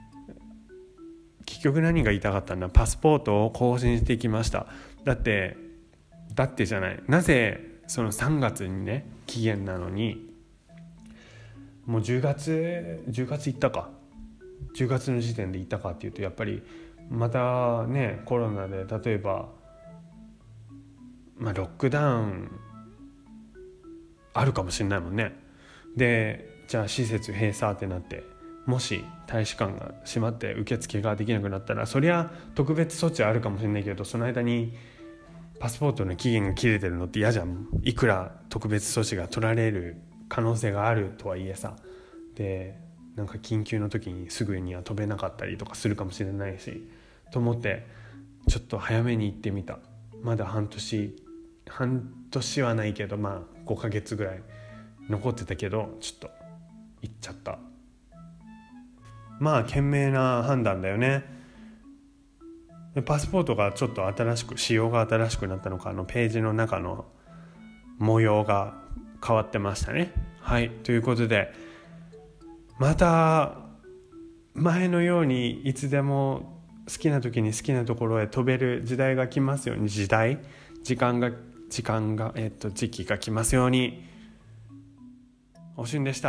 結局何が言いたかったんだ、パスポートを更新してきました。だってだってじゃないなぜそのさんがつにね期限なのにもうじゅうがつじゅうがつ行ったかじゅうがつの時点で行ったかっていうと、やっぱりまたねコロナで例えば、まあ、ロックダウンあるかもしれないもんね。でじゃあ施設閉鎖ってなって、もし大使館が閉まって受付ができなくなったら、そりゃ特別措置あるかもしれないけど、その間にパスポートの期限が切れてるのって嫌じゃん。いくら特別措置が取られる可能性があるとはいえさ、でなんか緊急の時にすぐには飛べなかったりとかするかもしれないしと思って、ちょっと早めに行ってみた。まだ半年半年はないけど、まあごかげつぐらい残ってたけど、ちょっと行っちゃった。まあ賢明な判断だよね。パスポートがちょっと新しく仕様が新しくなったのか、あのページの中の模様が変わってましたね。はい、ということでまた前のようにいつでも好きな時に好きなところへ飛べる時代が来ますように、時代時間が時間がえっと時期が来ますように。おしゅんでした。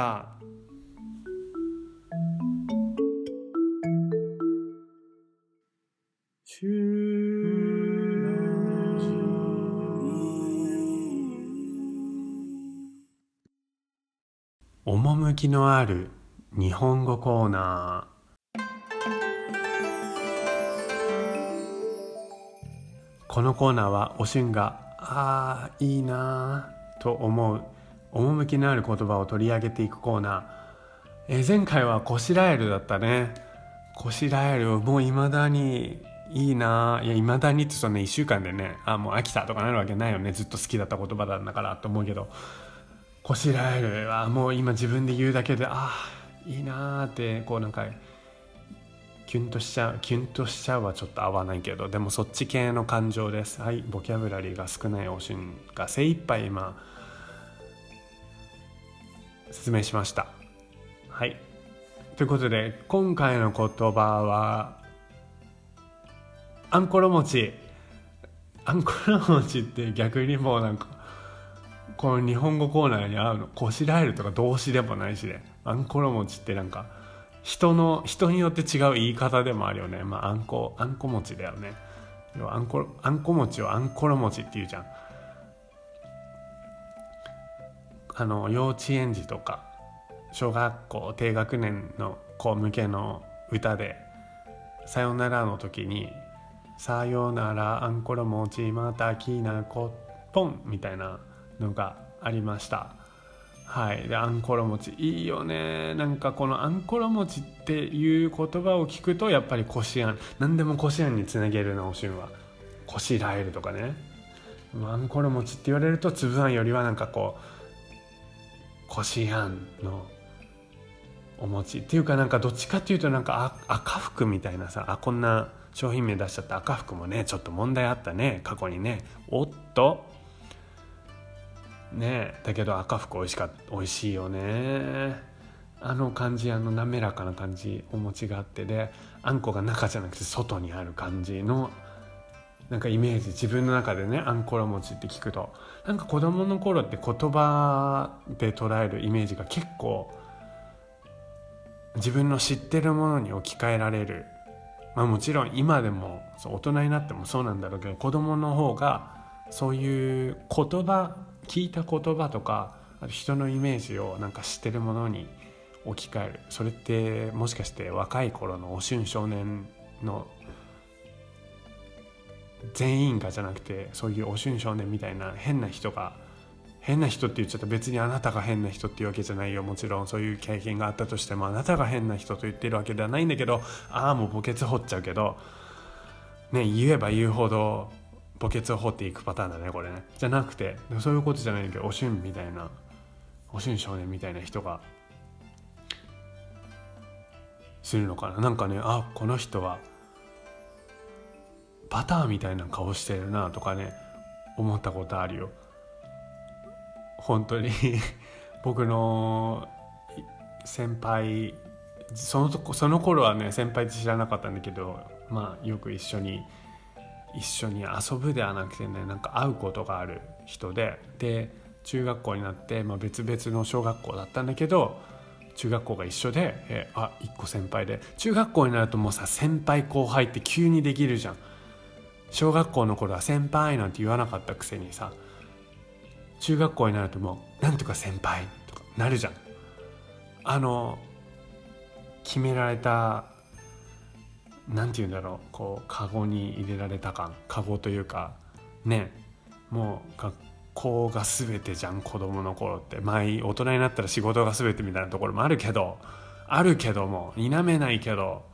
趣のある日本語コーナー。このコーナーはおしゅんがあーいいなと思う趣のある言葉を取り上げていくコーナー。えー、前回はコシラエルだったね。コシラエルもう未だにいいな。いや未だにってそんないっしゅうかんでね、あもう飽きたとかなるわけないよね。ずっと好きだった言葉なんだからと思うけど、コシラエルはもう今自分で言うだけであいいなってこうなんかキュンとしちゃうキュンとしちゃうはちょっと合わないけど、でもそっち系の感情です。はい、ボキャブラリーが少ないおしゅんが精一杯今説明しました。はい、ということで今回の言葉はあんころ餅。あんころ餅って逆にもうなんかこの日本語コーナーに合うの。こしらえるとか動詞でもないしね。あんころ餅ってなんか人の人によって違う言い方でもあるよね。まああんこあんこ餅だよね。要はあんこあんこ餅をあんころ餅っていうじゃん。あの幼稚園児とか小学校低学年の子向けの歌でさよならの時にさよならあんころ餅またきなこポンみたいなのがありました。はい、であんころ餅いいよね。なんかこのあんころ餅っていう言葉を聞くとやっぱりこしあん、何でもこしあんにつなげるなおしゅんは。こしらえるとかね。あんころ餅って言われるとつぶあんよりはなんかこうこしあんのお餅っていうか、なんかどっちかっていうとなんか赤福みたいなさ、あこんな商品名出しちゃった赤福もねちょっと問題あったね過去にね。おっとねだけど赤福美味しか美味しいよね。あの感じ、あの滑らかな感じお餅があって、であんこが中じゃなくて外にある感じのなんかイメージ、自分の中でねあんころ餅って聞くとなんか子供の頃って言葉で捉えるイメージが結構自分の知ってるものに置き換えられる。まあもちろん今でもそう大人になってもそうなんだろうけど、子供の方がそういう言葉聞いた言葉とかあと人のイメージをなんか知ってるものに置き換える。それってもしかして若い頃のおしゅん少年の全員がじゃなくて、そういうおしゅん少年みたいな変な人が、変な人って言っちゃった別にあなたが変な人っていうわけじゃないよ。もちろんそういう経験があったとしてもあなたが変な人と言ってるわけではないんだけど、ああもう墓穴掘っちゃうけどね、言えば言うほど墓穴を掘っていくパターンだねこれね。じゃなくてそういうことじゃないんだけど、おしゅんみたいなおしゅん少年みたいな人がするのかな。なんかね、あこの人はバターみたいな顔してるなとかね思ったことあるよ本当に僕の先輩、そのとこその頃はね先輩って知らなかったんだけど、 まあよく一緒に一緒に遊ぶではなくてね、なんか会うことがある人で、で中学校になって、まあ、別々の小学校だったんだけど、中学校が一緒で、えー、あいっこ先輩で、中学校になるともうさ、先輩後輩って急にできるじゃん。小学校の頃は先輩なんて言わなかったくせにさ、中学校になるともうなんとか先輩とかなるじゃん。あの決められた、なんて言うんだろう、こうカゴに入れられた感、カゴというかね、もう学校が全てじゃん、子供の頃って。まあ大人になったら仕事が全てみたいなところもあるけどあるけども否めないけど、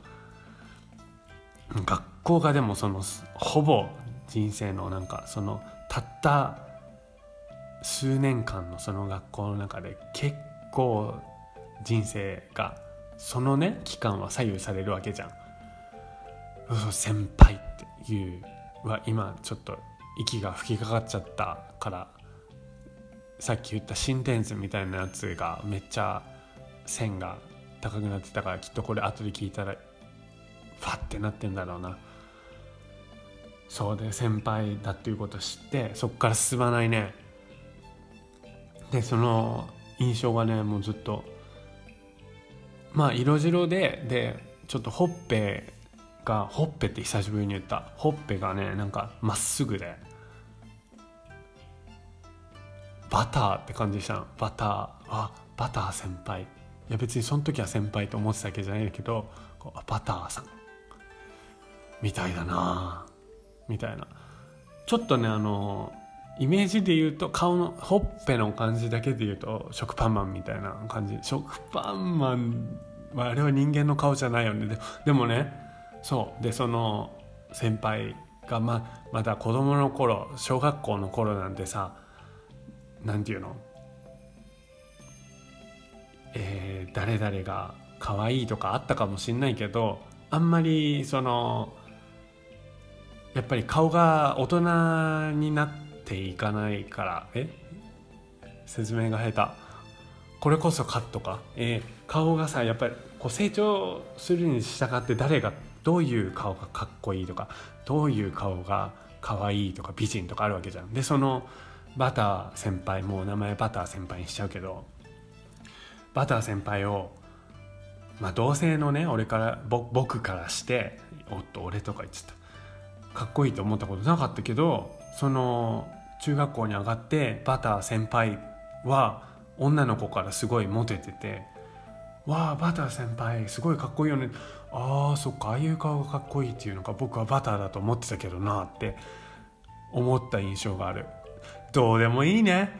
学校がでもそのほぼ人生のなんかそのたった数年間のその学校の中で結構人生がそのね期間は左右されるわけじゃん。先輩っていうは今ちょっと息が吹きかかっちゃったから、さっき言った新天図みたいなやつがめっちゃ線が高くなってたから、きっとこれ後で聞いたらファってなってんだろうな。そうで先輩だっていうことを知って、そっから進まないね。でその印象がねもうずっとまあ色白で、でちょっとほっぺがほっぺって久しぶりに言った、ほっぺがねなんかまっすぐでバターって感じしたの。バター、あバター先輩、いや別にその時は先輩と思ってたわけじゃないけど、こうバターさんみたいだなみたいな。ちょっとねあのイメージで言うと、顔のほっぺの感じだけで言うと食パンマンみたいな感じ。食パンマンはあれは人間の顔じゃないよね。で, でもねそうで、その先輩が ま, まだ子供の頃、小学校の頃なんてさ、なんていうの、えー、誰々が可愛いとかあったかもしんないけど、あんまりそのやっぱり顔が大人になっていかないから、え説明が下手、これこそカットか、えー、顔がさやっぱりこう成長するに従って、誰がどういう顔がかっこいいとか、どういう顔が可愛いとか美人とかあるわけじゃん。でそのバター先輩、もう名前バター先輩にしちゃうけど、バター先輩をまあ同性のね俺から僕からして、おっと俺とか言っちゃった、かっこいいと思ったことなかったけど、その中学校に上がってバター先輩は女の子からすごいモテてて、わあバター先輩すごいかっこいいよね、ああそっか、ああいう顔がかっこいいっていうのか、僕はバターだと思ってたけどなって思った印象がある。どうでもいいね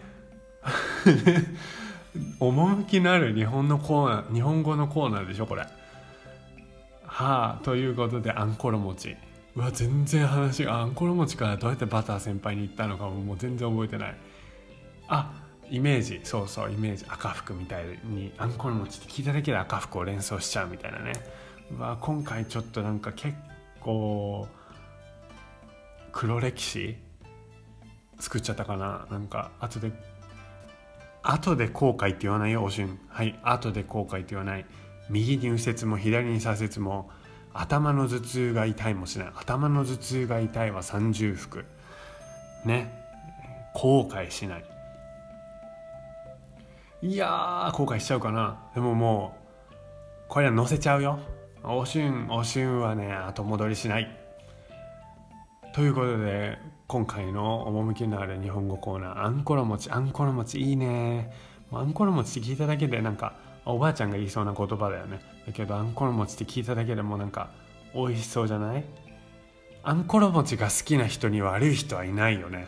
趣のある日本のコーナー、日本語のコーナーでしょこれ。はあ、ということであんころ餅、うわ全然話が、あんころ餅からどうやってバター先輩に行ったのかももう全然覚えてない。あイメージ、そうそうイメージ、赤服みたいにあんころ餅って聞いただけで赤服を連想しちゃうみたいなね。うわ今回ちょっとなんか結構黒歴史作っちゃったかな。なんか後で後で後悔って言わないよおしゅん。はい、後で後悔って言わない。右に右折も左に左折も、頭の頭痛が痛いもしない。頭の頭痛が痛いは三重複ね。後悔しない。いやー後悔しちゃうかな。でももうこれは載せちゃうよ。おしゅんおしゅんはね後戻りしない。ということで今回の趣のある日本語コーナー、あんころ餅、あんころ餅いいね。あんころ餅って聞いただけでなんかおばあちゃんが言いそうな言葉だよね。だけどあんころ餅って聞いただけでもなんか美味しそうじゃない？あんころ餅が好きな人に悪い人はいないよね。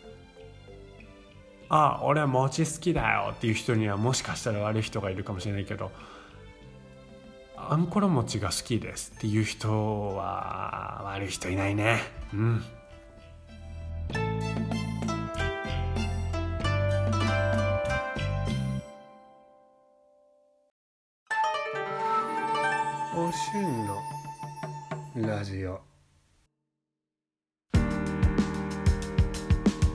あ俺は餅好きだよっていう人にはもしかしたら悪い人がいるかもしれないけど、あんころ餅が好きですっていう人は悪い人いないね。うんおしゅんのラジオ。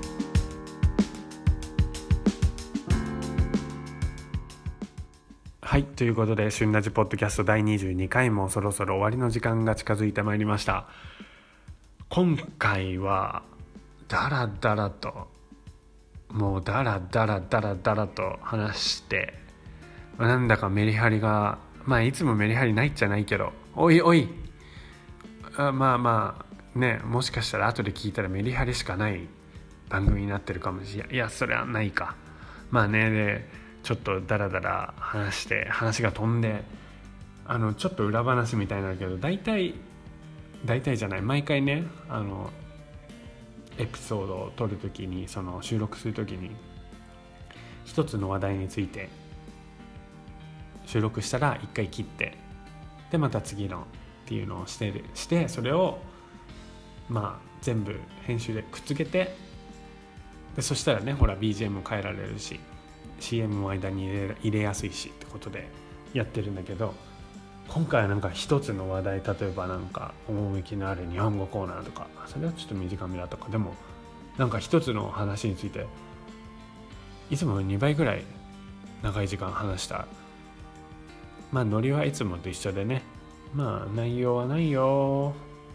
ははい、ということで旬ラジポッドキャストだいにじゅうにかいもそろそろ終わりの時間が近づいてまいりました。今回はダラダラともうダラダラダラダラと話して、なんだかメリハリが、まあいつもメリハリないっちゃないけど、おいおいあまあまあね、もしかしたら後で聞いたらメリハリしかない番組になってるかもしれない。いやそれはないか。まあね、でちょっとダラダラ話して話が飛んで、あのちょっと裏話みたいなんだけど、大体大体じゃない毎回ね、あのエピソードを撮るときに、その収録するときに一つの話題について収録したら一回切って、でまた次のっていうのをしてるしてそれをまあ全部編集でくっつけて、でそしたらね、ほら ビージーエム も変えられるし シーエム も間に入れ、入れやすいしってことでやってるんだけど、今回はなんか一つの話題、例えばなんか趣のある日本語コーナーとか、それはちょっと短めだとか、でもなんか一つの話についていつものにばいぐらい長い時間話した。まあノリはいつもと一緒でね、まあ内容はないよ、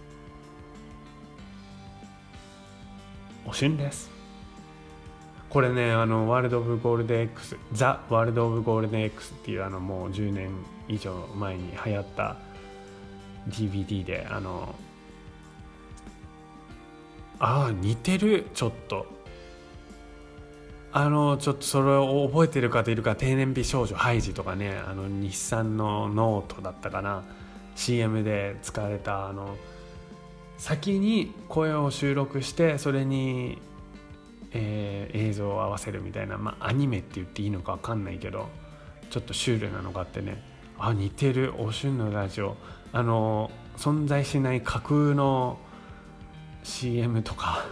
おしんです。これね、あのワールド・オブ・ゴールデン X、 ザ・ワールド・オブ・ゴールデン X っていう、あのもうじゅうねん以上前に流行った ディーブイディー で、あのああ似てる、ちょっとあのちょっとそれを覚えてる方いるか、低燃費少女ハイジとかね、あの日産のノートだったかな、 シーエム で使われた、あの先に声を収録してそれにえー、映像を合わせるみたいな、まあアニメって言っていいのか分かんないけど、ちょっとシュールなのがあってね、あ似てる、おしゅんのラジオ、あの存在しない架空の シーエム とか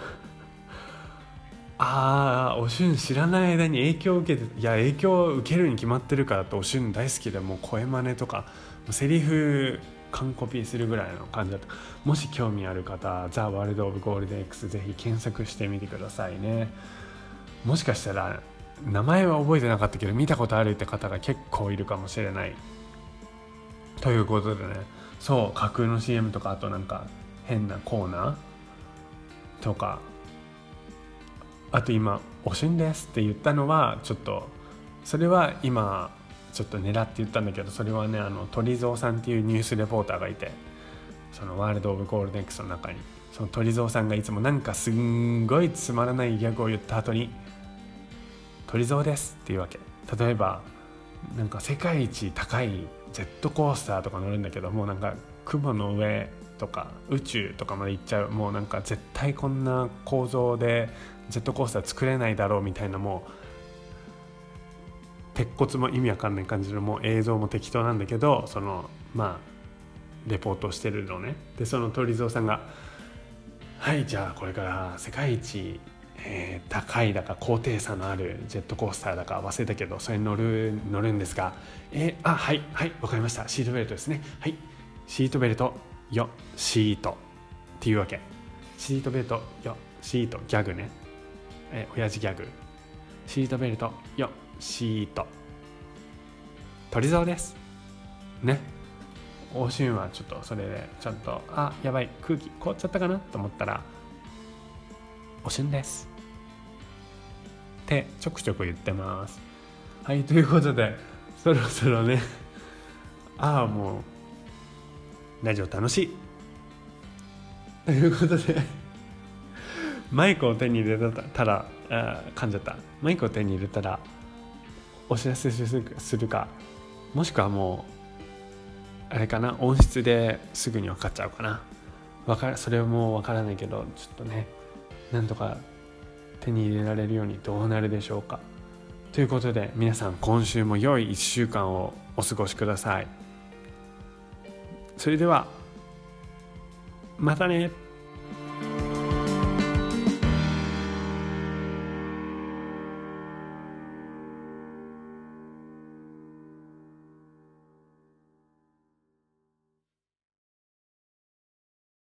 ああおしゅん知らない間に影響を受けて、いや影響を受けるに決まってるからって、おしゅん大好きで、もう声真似とかセリフ完コピするぐらいの感じだった。もし興味ある方、ザ・ワールド・オブ・ゴールデン X ぜひ検索してみてくださいね。もしかしたら名前は覚えてなかったけど見たことあるって方が結構いるかもしれないということでね、そう架空の シーエム とか、あとなんか変なコーナーとか、あと今おしんですって言ったのはちょっと、それは今ちょっと狙って言ったんだけど、それはね、あの鳥蔵さんっていうニュースレポーターがいて、そのワールド・オブ・ゴールデン X の中にその鳥蔵さんがいつもなんかすんごいつまらないギャグを言った後に鳥蔵ですっていうわけ。例えばなんか世界一高いジェットコースターとか乗るんだけど、もうなんか雲の上とか宇宙とかまで行っちゃう、もうなんか絶対こんな構造でジェットコースター作れないだろうみたいな、もう鉄骨も意味わかんない感じの、もう映像も適当なんだけど、そのまあレポートしてるのね。でその鳥蔵さんが、はいじゃあこれから世界一、えー、高いだか高低差のあるジェットコースターだか忘れたけど、それに乗る乗るんですが、えー、あはいはいわかりました、シートベルトですね、はいシートベルトよシートっていうわけ。シートベルトよシート、ギャグね、えー、親父ギャグ、シートベルトよシート、鳥蔵ですね。おしんはちょっとそれでちょっとあやばい空気凍っちゃったかなと思ったら、おしんですってちょくちょく言ってます。はい、ということでそろそろねああもうラジオ楽しいということでマイクを手に入れたらあ噛んじゃったマイクを手に入れたらお知らせするか、もしくはもうあれかな、音質ですぐに分かっちゃうかな、わかそれも分からないけど、ちょっとねなんとか手に入れられるようにどうなるでしょうか。ということで皆さん今週も良いいっしゅうかんをお過ごしください。それではまたね。